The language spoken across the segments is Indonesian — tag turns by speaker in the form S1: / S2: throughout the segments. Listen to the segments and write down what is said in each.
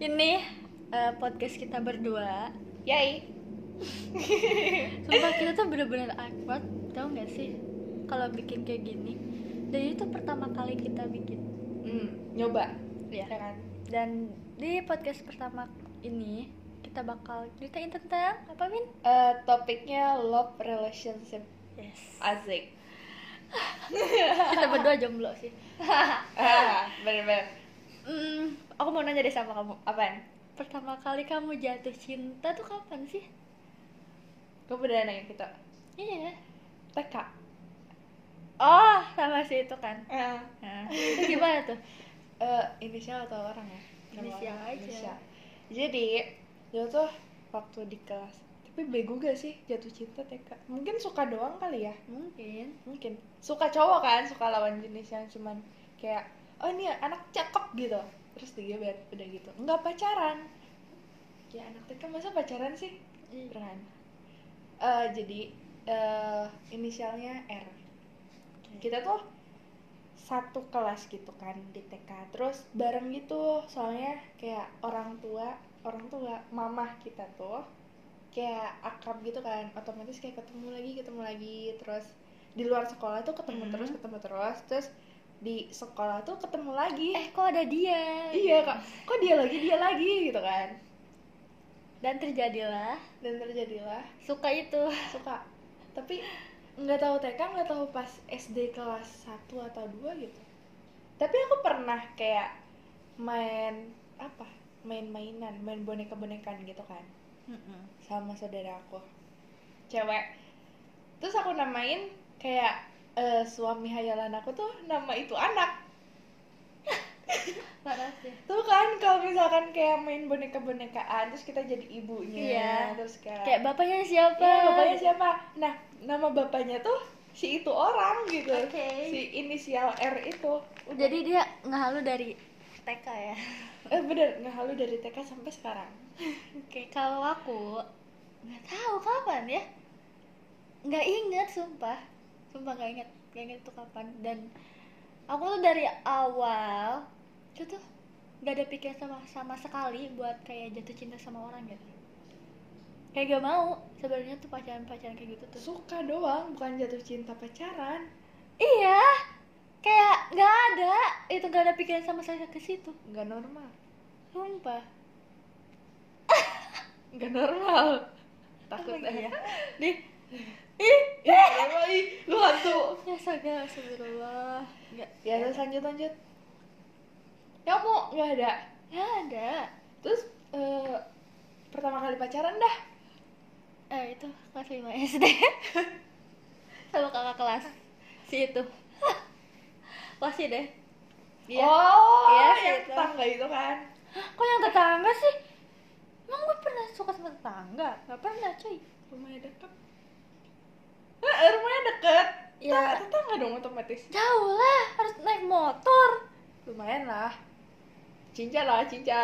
S1: Ini podcast kita berdua.
S2: Yay.
S1: Sumpah kita tuh bener-bener awkward, tau gak sih? Kalau bikin kayak gini. Dan itu pertama kali kita bikin.
S2: Nyoba.
S1: Ya.
S2: Ya kan?
S1: Dan di podcast pertama ini kita bakal ceritain tentang apa, Min?
S2: Topiknya love relationship.
S1: Yes.
S2: Asik.
S1: Kita berdua jomblo sih.
S2: Bener-bener.
S1: Aku mau nanya deh sama kamu.
S2: Apaan?
S1: Pertama kali kamu jatuh cinta tuh kapan sih?
S2: Kamu udah nanya kita?
S1: Iya.
S2: TK.
S1: Oh, sama sih itu kan.
S2: Nah,
S1: Itu gimana tuh?
S2: inisial atau orang ya? Nama
S1: Inisial
S2: orang.
S1: aja.
S2: Inisial. Jadi, dia tuh waktu di kelas. Tapi bego gak sih jatuh cinta TK? Mungkin suka doang kali ya? Mungkin. Suka cowok kan? Suka lawan jenis yang cuman kayak, oh ini anak cakep gitu. Terus digeber, udah gitu. Enggak pacaran. Ya anak TK masa pacaran sih?
S1: Iya.
S2: Beneran. Jadi, inisialnya R. Kita tuh satu kelas gitu kan di TK, terus bareng gitu, soalnya kayak orang tua mamah kita tuh kayak akrab gitu kan, otomatis kayak ketemu lagi, terus di luar sekolah tuh ketemu terus di sekolah tuh ketemu lagi.
S1: Kok ada dia?
S2: Iya kok dia lagi gitu kan.
S1: Dan terjadilah
S2: Suka, tapi nggak tahu TK, nggak tahu pas SD kelas 1 atau 2 gitu. Tapi aku pernah kayak main boneka-bonekan gitu kan sama saudara aku cewek. Terus aku namain kayak suami hayalan aku tuh nama itu anak.
S1: Parah sih.
S2: Tuh kan kalau misalkan kayak main boneka-bonekaan terus kita jadi ibunya.
S1: Iya.
S2: Terus
S1: Kayak bapaknya siapa?
S2: Iya, bapaknya siapa? Nah, nama bapaknya tuh si itu orang gitu.
S1: Oke.
S2: Si inisial R itu.
S1: Jadi dia ngehalu dari TK ya.
S2: Bener, ngehalu dari TK sampai sekarang.
S1: Oke, kalau aku nggak tahu kapan ya. Nggak inget, sumpah nggak inget itu kapan. Dan aku tuh dari awal itu tuh nggak ada pikiran sama sekali buat kayak jatuh cinta sama orang gitu. Kayak gak mau sebenarnya tuh pacaran kayak gitu tuh.
S2: Suka doang, bukan jatuh cinta pacaran.
S1: Iya, kayak nggak ada itu, nggak ada pikiran sama sekali ke situ.
S2: Nggak normal.
S1: Sumpah.
S2: Nggak normal. Takut
S1: ya.
S2: ya.
S1: Ih,
S2: Lu hantu.
S1: ya astagfirullah. Nggak.
S2: Ya terus lanjut. Kamu nggak ada.
S1: Nggak ada.
S2: Terus pertama kali pacaran dah.
S1: Itu kelas 5 SD. Sama kakak kelas si itu. Pasti deh. Iya.
S2: Iya,
S1: si
S2: yang
S1: itu.
S2: tetangga itu kan.
S1: Kok yang tetangga sih? Emang gue pernah suka sama tetangga? Gak pernah, cuy.
S2: Rumahnya dekat. Rumahnya deket.
S1: Ya.
S2: Tetangga dong otomatis.
S1: Jauh lah, harus naik motor.
S2: Lumayan lah. Cinca.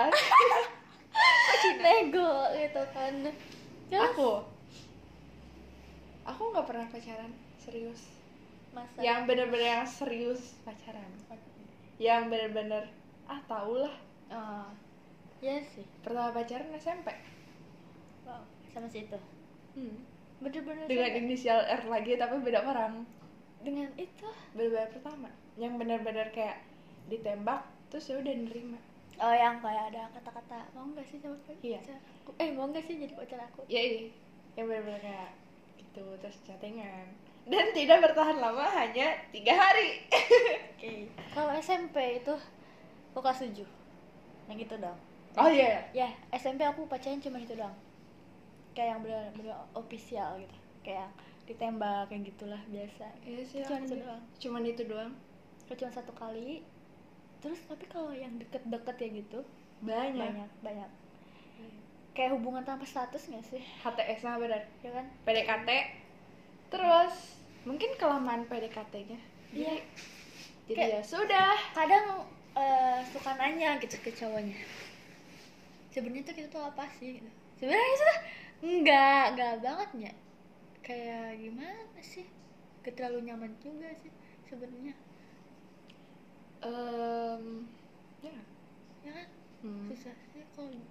S1: Nego gitu kan. Terus,
S2: Aku nggak pernah pacaran serius.
S1: masa
S2: Yang bener-bener yang serius pacaran. Yang bener-bener tau lah.
S1: Oh, iya sih.
S2: Pertama pacaran SMP.
S1: Wow, sama si itu. Bener-bener
S2: Dengan
S1: sama.
S2: inisial R lagi tapi beda orang.
S1: Dengan itu.
S2: Bener-bener pertama. Yang bener-bener kayak ditembak terus ya udah nerima.
S1: Oh, yang kayak ada kata-kata mau nggak sih sama pacar
S2: Iya.
S1: aku? Mau nggak sih jadi pacar aku?
S2: Ya ini yang bener-bener kayak gitu, terus chattingan. Dan tidak bertahan lama, hanya 3 hari.
S1: Oke. Kalau SMP itu aku kelas 7. Yang itu dong.
S2: Oh iya.
S1: Ya, SMP aku pacaran cuma itu doang. Kayak yang bener-bener official gitu. Kayak ditembak kayak gitulah biasa.
S2: Iya sih.
S1: Cuman itu doang.
S2: Cuma itu doang.
S1: Cuma satu kali. Terus tapi kalau yang deket-deket ya gitu
S2: Banyak.
S1: Kayak hubungan tanpa status nggak sih?
S2: HTS nah bener.
S1: Ya kan?
S2: PDKT. Terus mungkin kelamaan PDKT-nya.
S1: Iya.
S2: Jadi ya sudah.
S1: Kadang suka nanya gitu ke cowoknya. Sebenarnya tuh kita tuh apa sih? Gitu. Sebenarnya sudah enggak banget ya. Kayak gimana sih? Gak terlalu nyaman juga sih sebenarnya.
S2: Ya.
S1: Ya kan? Susah sih kalau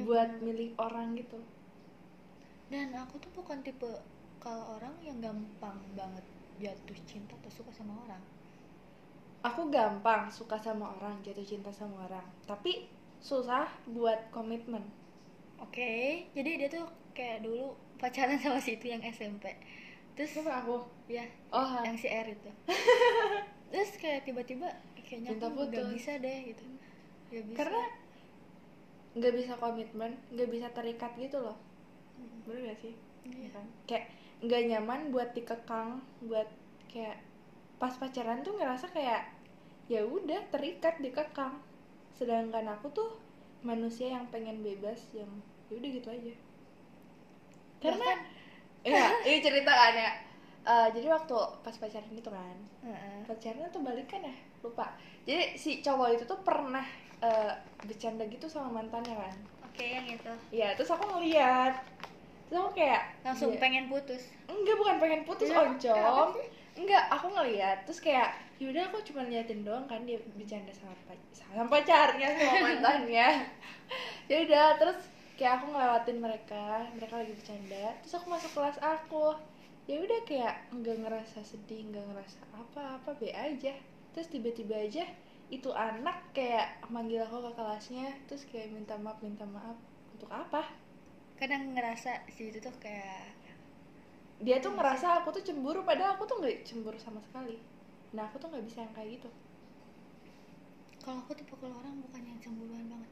S2: buat milih orang gitu.
S1: Dan aku tuh bukan tipe kalau orang yang gampang banget jatuh cinta atau suka sama orang.
S2: Aku gampang suka sama orang, jatuh cinta sama orang, tapi susah buat komitmen.
S1: Oke, jadi dia tuh kayak dulu pacaran sama si itu yang SMP. Terus
S2: Siapa aku?
S1: ya,
S2: Oh,
S1: yang si R itu. Terus kayak tiba-tiba kayaknya
S2: Cinta
S1: aku nggak
S2: putus.
S1: bisa deh gitu. Gak bisa.
S2: Karena nggak bisa komitmen, nggak bisa terikat gitu loh. Bener gak sih?
S1: Iya.
S2: Kan? Kayak nggak nyaman buat dikekang, buat kayak pas pacaran tuh ngerasa kayak ya udah terikat dikekang. Sedangkan aku tuh manusia yang pengen bebas, yang ya udah gitu aja. Karena
S1: Bahkan-
S2: ya ini cerita kan ya. Jadi waktu pas pacaran itu kan, pacaran tuh balikan ya, lupa. Jadi si cowok itu tuh pernah bercanda gitu sama mantannya kan.
S1: Oke, yang itu.
S2: Ya terus aku ngeliat, terus aku kayak
S1: Langsung
S2: ya,
S1: pengen putus.
S2: enggak, bukan pengen putus,
S1: Iya,
S2: oncom.
S1: apa sih?
S2: Enggak, aku ngeliat terus kayak yaudah aku cuma liatin doang kan dia bercanda sama pacarnya, sama mantannya. Ya udah, terus kayak aku ngelewatin mereka lagi bercanda, terus aku masuk kelas aku. Ya udah kayak nggak ngerasa sedih, nggak ngerasa apa-apa, be aja. Terus tiba-tiba aja itu anak kayak manggil aku ke kelasnya, terus kayak minta maaf untuk apa?
S1: Kadang ngerasa si itu tuh kayak
S2: Dia tuh ngerasa aku tuh cemburu, padahal aku tuh nggak cemburu sama sekali. Nah aku tuh nggak bisa yang kayak gitu.
S1: kalau aku tipe kalau orang bukan yang cemburuan banget.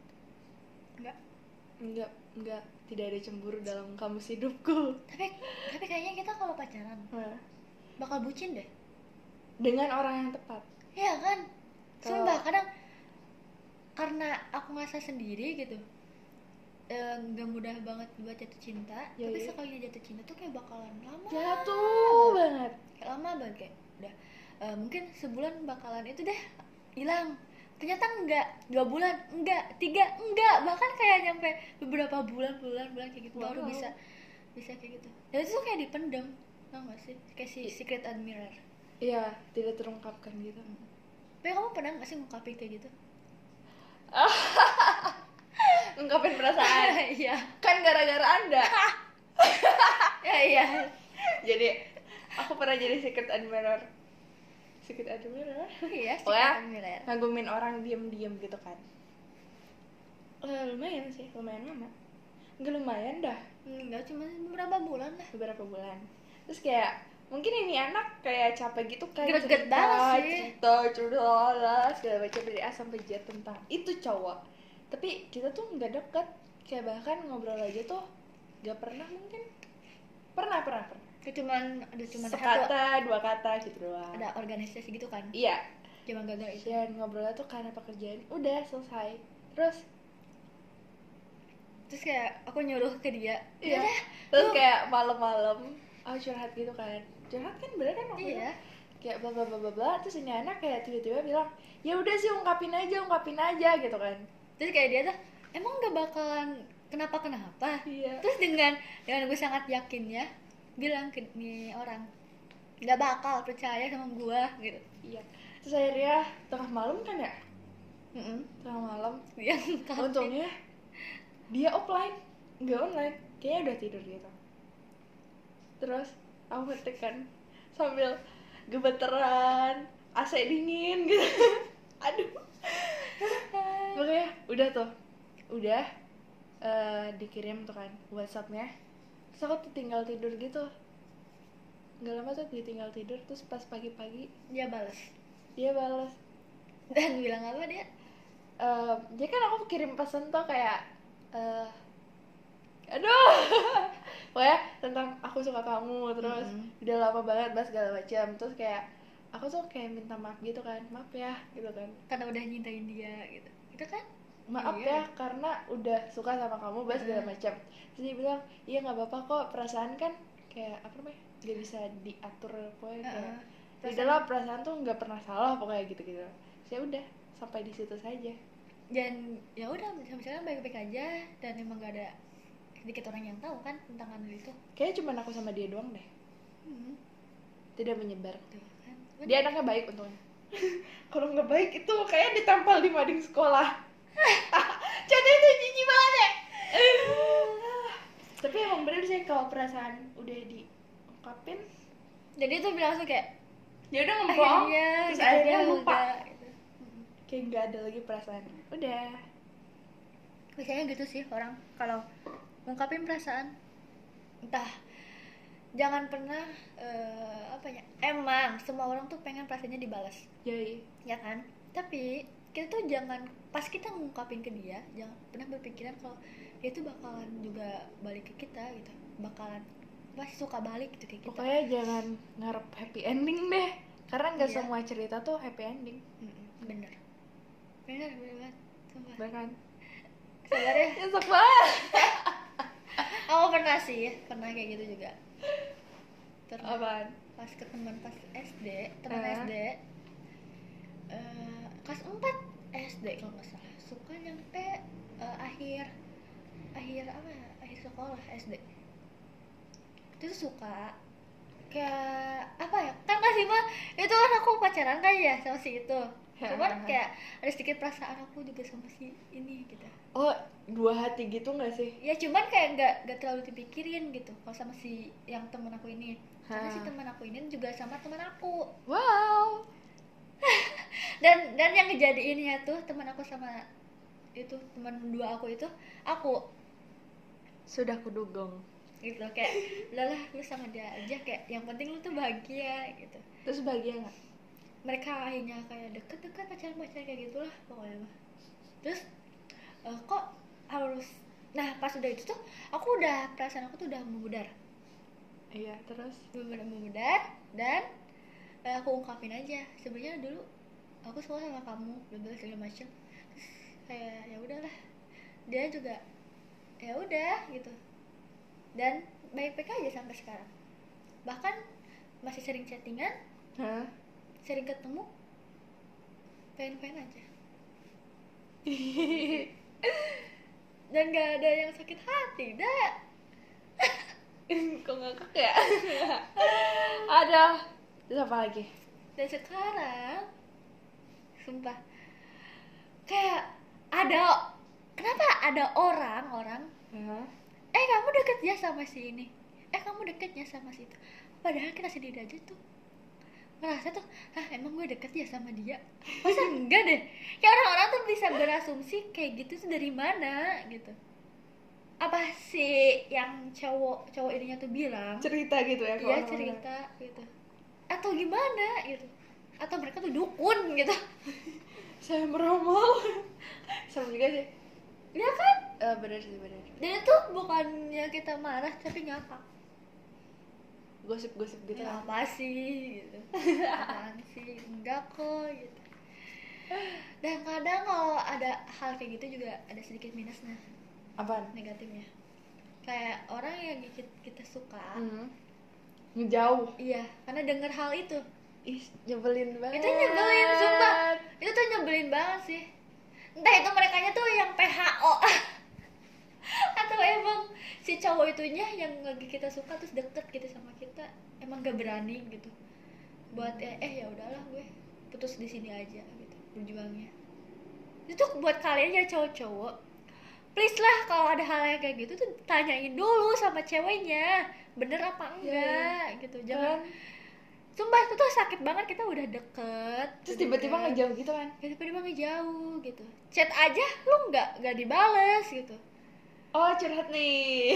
S2: Enggak, tidak ada cemburu dalam kamus hidupku.
S1: Tapi kayaknya kita kalau pacaran
S2: Nah,
S1: bakal bucin deh.
S2: dengan orang yang tepat.
S1: Iya kan?
S2: Kalau-
S1: Sumpah kadang karena aku ngerasa sendiri gitu, nggak mudah banget buat jatuh cinta.
S2: Ya,
S1: tapi
S2: iya.
S1: sekalinya jatuh cinta tuh kayak bakalan lama.
S2: Jatuh banget.
S1: Kayak lama banget kayak udah mungkin sebulan bakalan itu deh hilang. Ternyata enggak, 2 bulan enggak, 3 enggak, bahkan kayak nyampe beberapa bulan kayak gitu baru
S2: Wow.
S1: bisa kayak gitu. Dan itu tuh kayak dipendam, tau gak sih? Kayak si secret admirer.
S2: Iya, tidak terungkapkan gitu.
S1: Tapi kamu pernah gak sih ngungkapin kayak gitu?
S2: Ungkapin perasaan.
S1: Iya.
S2: Kan gara-gara Anda.
S1: Iya.
S2: Jadi aku pernah jadi secret admirer.
S1: Iya, secret
S2: Pokoknya
S1: admirer.
S2: ngagumin orang diem-diem gitu kan. Lumayan sih, lumayan lama. Enggak lumayan dah,
S1: Enggak, cuma beberapa bulan lah.
S2: beberapa bulan. Terus kayak mungkin ini anak kayak capek gitu kan,
S1: Greget banget sih.
S2: cerita lah segala macam dari A sampai Z tentang itu cowok. Tapi kita tuh nggak deket, kayak bahkan ngobrol aja tuh nggak pernah, mungkin pernah
S1: Itu cuman satu,
S2: sekata 2 kata gitu doang.
S1: ada organisasi gitu kan.
S2: Iya,
S1: Cuma gagal itu.
S2: dan ngobrolnya tuh karena pekerjaan udah selesai.
S1: Terus kayak aku nyuruh ke dia.
S2: Iya.
S1: "Yaudah,
S2: Terus
S1: lu-"
S2: kayak malam-malam curhat gitu kan. Curhat kan bener kan maksudnya?
S1: Iya.
S2: Kayak bla bla bla bla bla. Terus ini anak kayak tiba-tiba bilang, "Ya udah sih ungkapin aja gitu kan."
S1: Terus kayak dia tuh emang gak bakalan kenapa.
S2: Iya.
S1: Terus dengan gue sangat yakinnya bilang ke nih orang nggak bakal percaya sama gue gitu.
S2: Iya. Terus akhirnya tengah malam kan ya? Tengah malam.
S1: Yang
S2: Untungnya dia offline, nggak online. Kayaknya udah tidur gitu. Terus aku ngetik kan sambil gemeteran, AC dingin gitu. Aduh. Pokoknya udah dikirim tuh kan WhatsApp-nya. Terus aku tuh tinggal tidur gitu. Nggak lama tuh dia tinggal tidur, terus pas pagi-pagi
S1: dia balas
S2: dia balas.
S1: dan bilang apa dia?
S2: Jadi kan aku kirim pesan tuh kayak aduh pokoknya tentang aku suka kamu, terus udah lama banget bahas segala macam. Terus kayak aku tuh kayak minta maaf gitu kan, maaf ya gitu kan,
S1: Karena udah nyintain dia gitu. Itu kan?
S2: maaf
S1: Iya.
S2: ya karena udah suka sama kamu bahas segala macam. Terus dia bilang iya nggak apa-apa kok, perasaan kan kayak apa namanya nggak bisa diatur, pokoknya kayak tidaklah perasaan tuh nggak pernah salah pokoknya gitu. Saya udah sampai di situ saja.
S1: Dan ya udah misalnya baik-baik aja dan emang gak ada sedikit orang yang tahu kan tentang hal itu.
S2: Kayaknya cuma aku sama dia doang deh, tidak menyebar.
S1: Tuh kan.
S2: Dia anaknya baik untungnya. Kalau nggak baik itu kayak ditempel di mading sekolah. Jadi itu jijik banget ya. Tapi emang bener sih kalau perasaan udah diungkapin,
S1: Jadi itu bilang langsung kayak
S2: ya udah ngempong,
S1: akhirnya
S2: terus
S1: gitu,
S2: akhirnya
S1: dia
S2: lupa,
S1: udah, gitu.
S2: kayak nggak ada lagi perasaan, udah.
S1: Biasanya gitu sih orang kalau ngungkapin perasaan, entah, jangan pernah apa ya, emang semua orang tuh pengen perasaannya dibalas,
S2: Jadi
S1: ya kan? Tapi kita tuh jangan pas kita ngungkapin ke dia, jangan pernah berpikiran kalau dia tuh bakalan juga balik ke kita gitu, bakalan pasti suka balik gitu ke kita.
S2: pokoknya jangan ngarep happy ending deh, karena nggak
S1: Iya.
S2: semua cerita tuh happy ending.
S1: Bener banget, sumpah.
S2: Bahkan
S1: Sabar ya.
S2: nyesek banget.
S1: Aku pernah sih, pernah kayak gitu juga. Pernah.
S2: Apaan?
S1: Pas ke teman pas SD, teman
S2: Ah.
S1: SD, kelas 4 SD kalau nggak salah, suka nyampe akhir apa ya, akhir sekolah SD. Itu tuh suka kayak apa ya, kan masih mah itu kan aku pacaran kan ya sama si itu, cuman kayak ada sedikit perasaan aku juga sama si ini gitu.
S2: Oh, dua hati gitu nggak sih?
S1: Ya cuman kayak nggak terlalu dipikirin gitu kalau sama si yang teman aku ini, karena si teman aku ini juga sama teman aku.
S2: Wow.
S1: Dan yang ngejadiinnya tuh teman aku sama itu teman dua aku itu aku
S2: Sudah kudugong.
S1: gitu, kayak udahlah lu sama dia aja, kayak yang penting lu tuh bahagia gitu.
S2: Terus bahagia nggak?
S1: Mereka akhirnya kayak deket-deket pacaran kayak gitulah pokoknya mah. Terus kok harus, nah pas udah itu tuh aku udah, perasaan aku tuh udah memudar,
S2: Iya, terus
S1: bener-bener memudar. Dan aku ungkapin aja sebenarnya dulu aku suka sama kamu, bla segala macem. Terus kayak ya udahlah, dia juga ya udah gitu, dan baik-baik aja sampai sekarang, bahkan masih sering chattingan,
S2: hah?
S1: sering ketemu, pengen aja. Dan gak ada yang sakit hati dah.
S2: Kok ngakak ya? Ada. Terus apa lagi?
S1: Dan sekarang sumpah kayak ada, kenapa ada orang
S2: Hah?
S1: kamu deket ya sama si ini, kamu deket ya sama si itu, padahal kita sendiri aja tuh merasa tuh, emang gue deket ya sama dia, masa enggak deh. Kayak orang-orang tuh bisa berasumsi kayak gitu tuh dari mana gitu. Apa sih yang cowok ininya tuh bilang,
S2: Cerita gitu ya?
S1: iya cerita gitu, atau gimana gitu, atau mereka tuh dukun gitu.
S2: Saya meramal. Serem juga sih.
S1: Ya kan,
S2: Bener sih, bener.
S1: dan itu bukannya kita marah tapi ngakak.
S2: Gosip-gosip gitu
S1: Ya,
S2: kan.
S1: apa sih gitu, apaan sih, enggak kok gitu. Dan kadang kalau ada hal kayak gitu juga ada sedikit minusnya,
S2: Apaan?
S1: negatifnya. Kayak orang yang kita suka,
S2: Ngejauh.
S1: iya, karena denger hal itu.
S2: Ih, nyebelin banget.
S1: Itu nyebelin, sumpah. Itu tuh nyebelin banget sih. Entah itu merekanya tuh yang PHO atau emang si cowok itunya yang lagi kita suka terus deket gitu sama kita, emang gak berani gitu buat ya udahlah gue putus di sini aja gitu berjuangnya. Itu buat kalian ya cowok-cowok, please lah kalau ada hal yang kayak gitu tuh tanyain dulu sama ceweknya bener apa enggak gitu. Jangan, sumpah itu tuh sakit banget, kita udah deket
S2: Terus tiba-tiba
S1: deket,
S2: ngejauh gitu kan.
S1: tiba-tiba ngejauh gitu, chat aja lu nggak dibales gitu.
S2: Oh, curhat nih.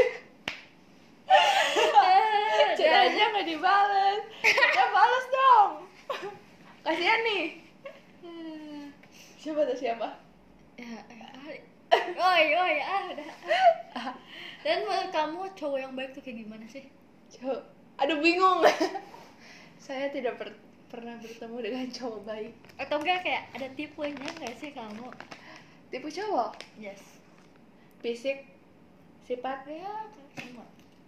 S2: Chat
S1: Dan-
S2: aja nggak dibales. Ya balas dong. Kasihan nih. Siapa tuh siapa?
S1: ya kali. Oi udah. Dan menurut kamu cowok yang baik tuh kayak gimana sih?
S2: Cowok. Aduh, bingung. Saya tidak pernah bertemu dengan cowok baik.
S1: Atau enggak kayak ada tipenya nggak sih kamu?
S2: Tipe cowok,
S1: Yes.
S2: fisik, sifat.
S1: Ya semua.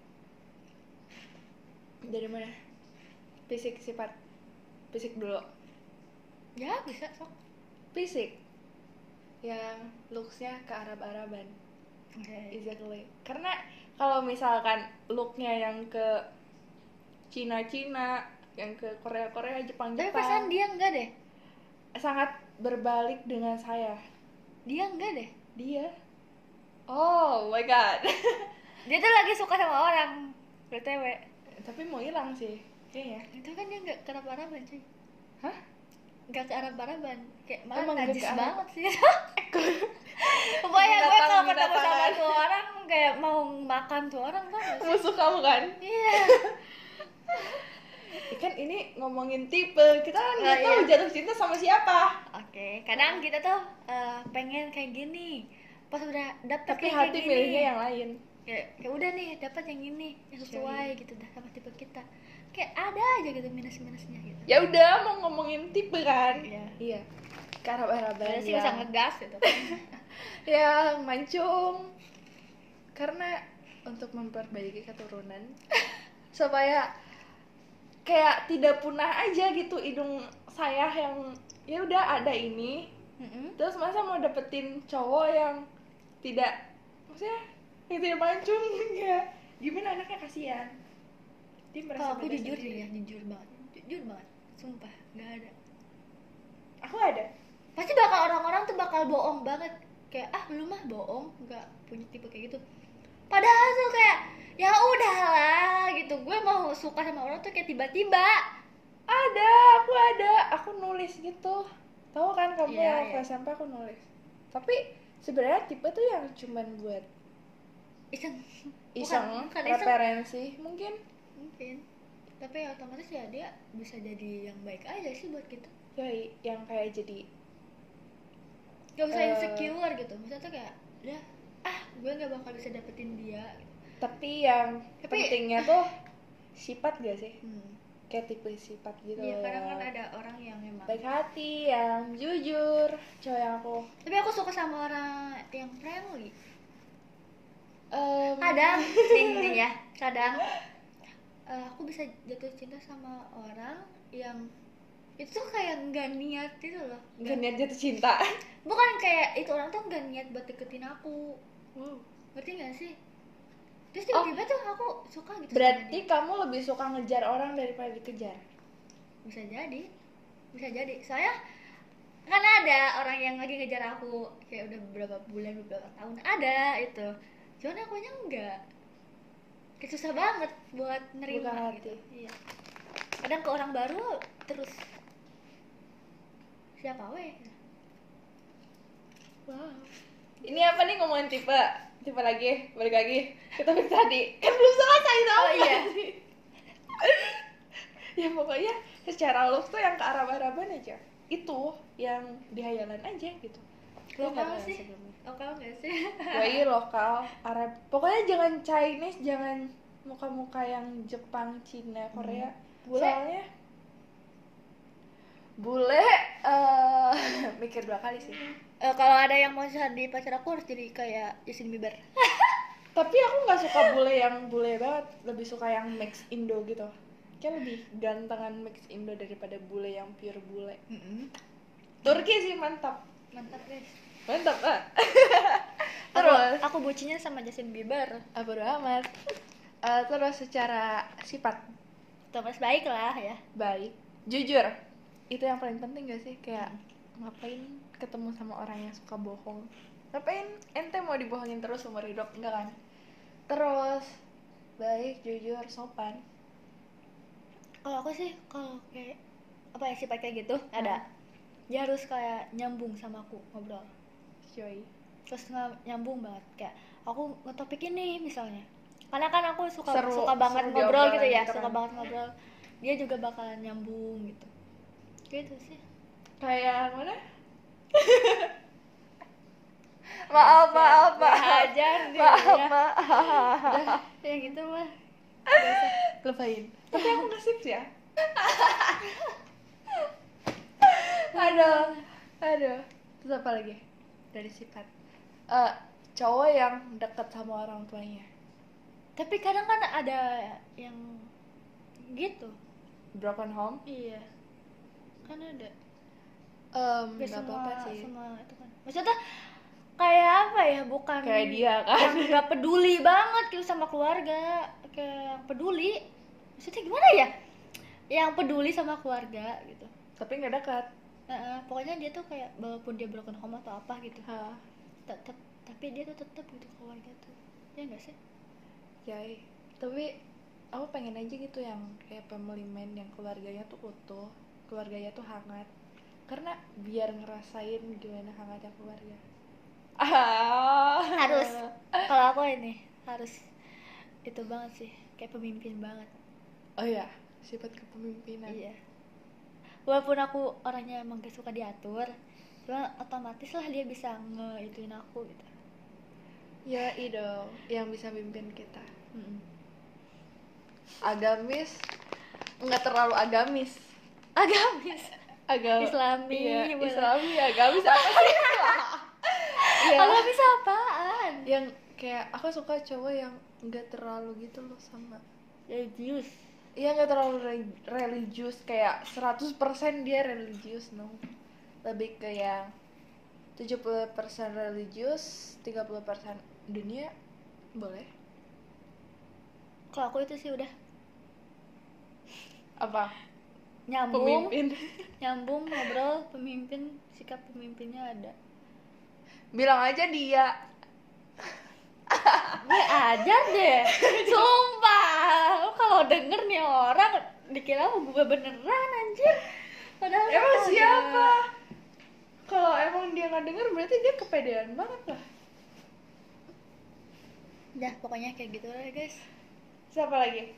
S2: Dari mana? Fisik, sifat. Fisik dulu.
S1: Ya bisa sok.
S2: Fisik yang looks-nya ke Arab-Araban. Exactly. Karena kalau misalkan look-nya yang ke Cina-Cina, yang ke Korea-Korea,
S1: Tapi
S2: Jepang-Jepang,
S1: perasaan dia enggak deh.
S2: sangat berbalik dengan saya.
S1: Dia enggak deh.
S2: Dia, oh my god.
S1: Dia tuh lagi suka sama orang, BTW.
S2: Tapi mau hilang sih kayaknya.
S1: Itu kan dia nggak ke arah-arahan cuy.
S2: Hah?
S1: Nggak ke arah-arahan, kayak malah
S2: Emang nggak
S1: najis
S2: ke arah-
S1: banget sih. Pokoknya gue kalau ketemu sama
S2: Binatang.
S1: tuh orang kayak mau makan tuh orang kan.
S2: Musuh kamu kan?
S1: Iya.
S2: Kan ini ngomongin tipe, kita kan nggak
S1: Oh,
S2: tahu
S1: iya.
S2: jatuh cinta sama siapa.
S1: Oke, kadang kita tuh pengen kayak gini. Pas udah dapet
S2: Tapi
S1: kayak
S2: hati
S1: gini,
S2: milihnya yang lain.
S1: ya udah nih dapat yang ini yang sesuai gitu dah sama tipe kita. Kayak ada aja gitu minus-minusnya gitu.
S2: Ya udah mau ngomongin tipe kan?
S1: Iya.
S2: Iya. Karab-araban
S1: Padahal sih bisa ngegas gitu.
S2: ya mancung. Karena untuk memperbaiki keturunan supaya kayak tidak punah aja gitu hidung saya yang ya udah ada ini. Terus masa mau dapetin cowok yang tidak, maksudnya yang tidak mancung ya gimana, anaknya kasihan. Dia merasa
S1: Kalau aku
S2: beda
S1: jujur
S2: sendiri.
S1: sih ya, jujur banget, sumpah nggak ada.
S2: Aku ada.
S1: Pasti bakal orang-orang tuh bakal bohong banget, kayak lu mah bohong, nggak punya tipe kayak gitu. Padahal tuh kayak ya udahlah gitu, gue mau suka sama orang tuh kayak tiba-tiba.
S2: Aku nulis gitu, tahu kan kamu
S1: Iya,
S2: waktu
S1: iya.
S2: SMP aku nulis. Tapi sebenarnya tipe tuh yang cuman buat
S1: Iseng,
S2: iseng,
S1: bukan iseng
S2: referensi mungkin.
S1: mungkin, tapi otomatis ya dia bisa jadi yang baik aja sih buat kita.
S2: Ya yang kayak jadi
S1: Gak usah
S2: Eh.
S1: insecure gitu, maksudnya tuh kayak udah gue nggak bakal bisa dapetin dia gitu.
S2: tapi yang
S1: Tapi-
S2: pentingnya tuh sifat gak sih?
S1: Hmm.
S2: Kayak tipe sifat gitu.
S1: Iya, kadang kan
S2: yang
S1: ada orang yang emang
S2: baik hati, yang jujur, cowok yang aku
S1: tapi aku suka sama orang yang friendly.
S2: em,
S1: Kadang nih ya, kadang aku bisa jatuh cinta sama orang yang itu tuh kayak nggak niat gitu loh.
S2: gak niat jatuh cinta.
S1: Bukan kayak itu orang tuh nggak niat buat deketin aku,
S2: Wow.
S1: ngerti nggak sih? Terus tiba-tiba tuh aku suka gitu. sama
S2: Berarti
S1: dia.
S2: kamu lebih suka ngejar orang daripada dikejar.
S1: Bisa jadi, soalnya kan ada orang yang lagi ngejar aku kayak udah beberapa bulan, beberapa tahun ada itu, cuman akunya enggak, kayak susah banget buat nerima
S2: Buka hati.
S1: gitu. Iya, kadang ke orang baru terus siapa weh.
S2: Wow. Ini apa nih ngomongin tipe? Tipe lagi, balik lagi ke topik tadi. Kan belum selesai tau.
S1: Oh, iya.
S2: Ya pokoknya secara look tuh yang ke Arab-Araban aja. Itu yang di hayalan aja gitu.
S1: Lokal
S2: Nggak ada
S1: sih,
S2: sebelumnya.
S1: lokal nggak sih?
S2: Yoi, lokal, Arab. Pokoknya jangan Chinese, jangan muka-muka yang Jepang, Cina, Korea.
S1: Bule?
S2: Soalnya bule mikir 2 kali sih.
S1: Kalau ada yang mau jadi pacar aku harus jadi kayak Justin Bieber.
S2: Tapi aku nggak suka bule yang bule banget, lebih suka yang mix Indo gitu. Kayak lebih gantengan mix Indo daripada bule yang pure bule. Turki sih mantap.
S1: Mantap guys.
S2: Mantap, ah.
S1: Terus aku bucinnya sama Justin Bieber.
S2: Bodo amat. Terus secara sifat
S1: Thomas baik lah ya.
S2: baik, jujur. Itu yang paling penting gak sih? Kayak ngapain ketemu sama orang yang suka bohong? Ngapain ente mau dibohongin terus umur hidup? Enggak kan? Terus baik, jujur, sopan.
S1: Kalau aku sih kalau kayak apa ya sifat kayak gitu ada. Dia harus kayak nyambung sama aku ngobrol.
S2: Joy.
S1: Terus nyambung banget kayak aku ngetopik ini misalnya. Karena kan aku suka
S2: Seru
S1: banget
S2: seru
S1: ngobrol
S2: diobrolan
S1: gitu ya,
S2: gitu
S1: suka
S2: kan.
S1: banget ngobrol. Dia juga bakalan nyambung gitu. Gitu sih.
S2: Kayak mana? maaf.
S1: Hajar dia.
S2: Maaf.
S1: Udah, ya gitu mah. Biasa.
S2: Lupain. Tapi aku nge-sip ya. Aduh. Terus apa lagi? Dari sifat. Cowok yang dekat sama orang tuanya.
S1: Tapi kadang kan ada yang gitu.
S2: Broken home?
S1: Iya. Kan ada.
S2: Gak
S1: Gak
S2: apa-apa sih.
S1: semua itu kan. Maksudnya kayak apa ya, bukan
S2: Kayak dia kan.
S1: yang gak peduli banget gitu sama keluarga, kayak yang peduli. Maksudnya gimana ya? Yang peduli sama keluarga gitu.
S2: Tapi gak dekat.
S1: Pokoknya dia tuh kayak walaupun dia broken home atau apa gitu,
S2: Hah.
S1: tapi dia tuh tetap gitu keluarga tuh. Ya enggak sih?
S2: Jai. Tapi aku pengen aja gitu yang kayak family man, yang keluarganya tuh utuh, keluarganya tuh hangat. Karena biar ngerasain gimana hangatnya keluarga.
S1: Harus, kalau aku ini harus itu banget sih, kayak pemimpin banget.
S2: Oh iya, sifat kepemimpinan.
S1: Iya, walaupun aku orangnya emang gak suka diatur, cuma otomatis lah dia bisa ngeituin aku gitu.
S2: Ya dong, yang bisa mimpin kita.
S1: Mm-mm.
S2: Agamis, nggak terlalu agamis.
S1: Agamis,
S2: Agama
S1: Islami,
S2: iya,
S1: boleh.
S2: Islami, agamis apa sih? Iya.
S1: Agamis apaan?
S2: Yang kayak aku suka cowok yang nggak terlalu gitu loh sama.
S1: Religius.
S2: Iya, nggak terlalu religius, kayak 100% dia religius, no. Lebih ke yang 70% religius, 30% dunia, boleh.
S1: Kalau aku itu sih udah
S2: Apa?
S1: nyambung,
S2: Pemimpin.
S1: nyambung ngobrol, pemimpin, sikap pemimpinnya ada.
S2: Bilang aja dia.
S1: Gue ajar deh, sumpah. Lu kalau denger nih orang dikira gue beneran anjir. Padahal
S2: Emang
S1: kagak.
S2: siapa? Kalau emang dia nggak denger berarti dia kepedean banget lah.
S1: Udah pokoknya kayak gitu lah guys.
S2: Siapa lagi?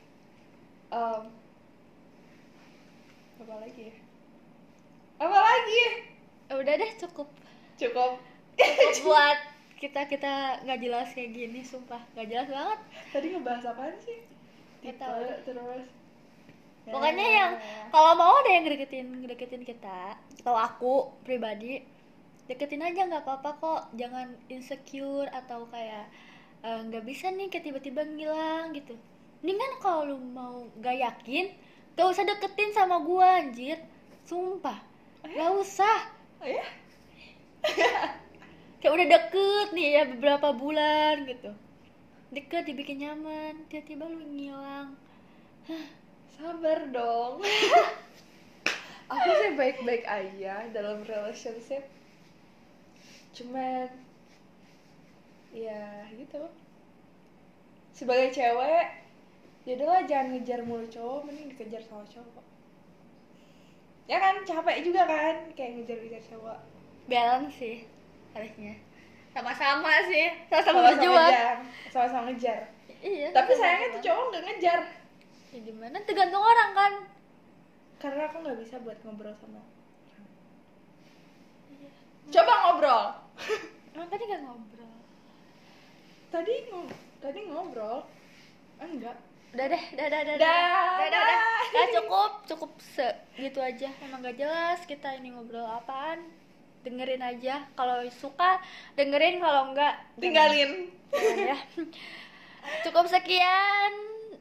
S2: Apa lagi ya? Apa lagi?
S1: Udah deh cukup.
S2: Cukup.
S1: Cukup buat kita nggak jelas kayak gini, sumpah nggak jelas banget.
S2: Tadi ngebahas apaan sih?
S1: Nggak
S2: Tipe,
S1: tahu.
S2: terus.
S1: Pokoknya yang kalau mau ada yang deketin kita, atau aku pribadi, deketin aja, nggak apa-apa kok. Jangan insecure atau kayak nggak bisa nih kayak tiba-tiba ngilang gitu. Mendingan kalau lu mau gak yakin, gak usah deketin sama gua anjir. Sumpah, gak usah.
S2: Oh ya?
S1: Kayak udah deket nih ya beberapa bulan gitu, deket dibikin nyaman, tiba-tiba lu ngilang.
S2: Sabar dong. Aku sih baik-baik aja dalam relationship. Cuman ya gitu. Sebagai cewek, yaudahlah jangan ngejar mulu cowok, mending dikejar sama cowok. Ya kan, capek juga kan kayak ngejar-ngejar cowok.
S1: Balance sih harusnya, sama-sama sih, sama-sama berjuang.
S2: Sama-sama ngejar.
S1: Iya,
S2: Tapi
S1: sama-sama
S2: sayangnya tuh
S1: berjuang.
S2: cowok nggak ngejar.
S1: Ya gimana, tergantung orang kan.
S2: Karena aku nggak bisa buat ngobrol sama orang.
S1: Iya.
S2: Coba ngobrol.
S1: Emang tadi gak ngobrol.
S2: Tadi ngobrol. Enggak.
S1: Udah deh, udah, cukup segitu aja. Emang gak jelas kita ini ngobrol apaan. Dengerin aja, kalau suka dengerin, kalau enggak
S2: Tinggalin.
S1: ya. Cukup sekian.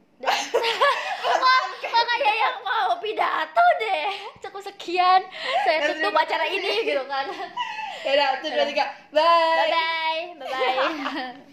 S1: Makanya yang mau pidato deh. Cukup sekian, saya tutup acara ini gitu kan.
S2: Ya udah, 1, 2, 3. Bye.
S1: Bye bye.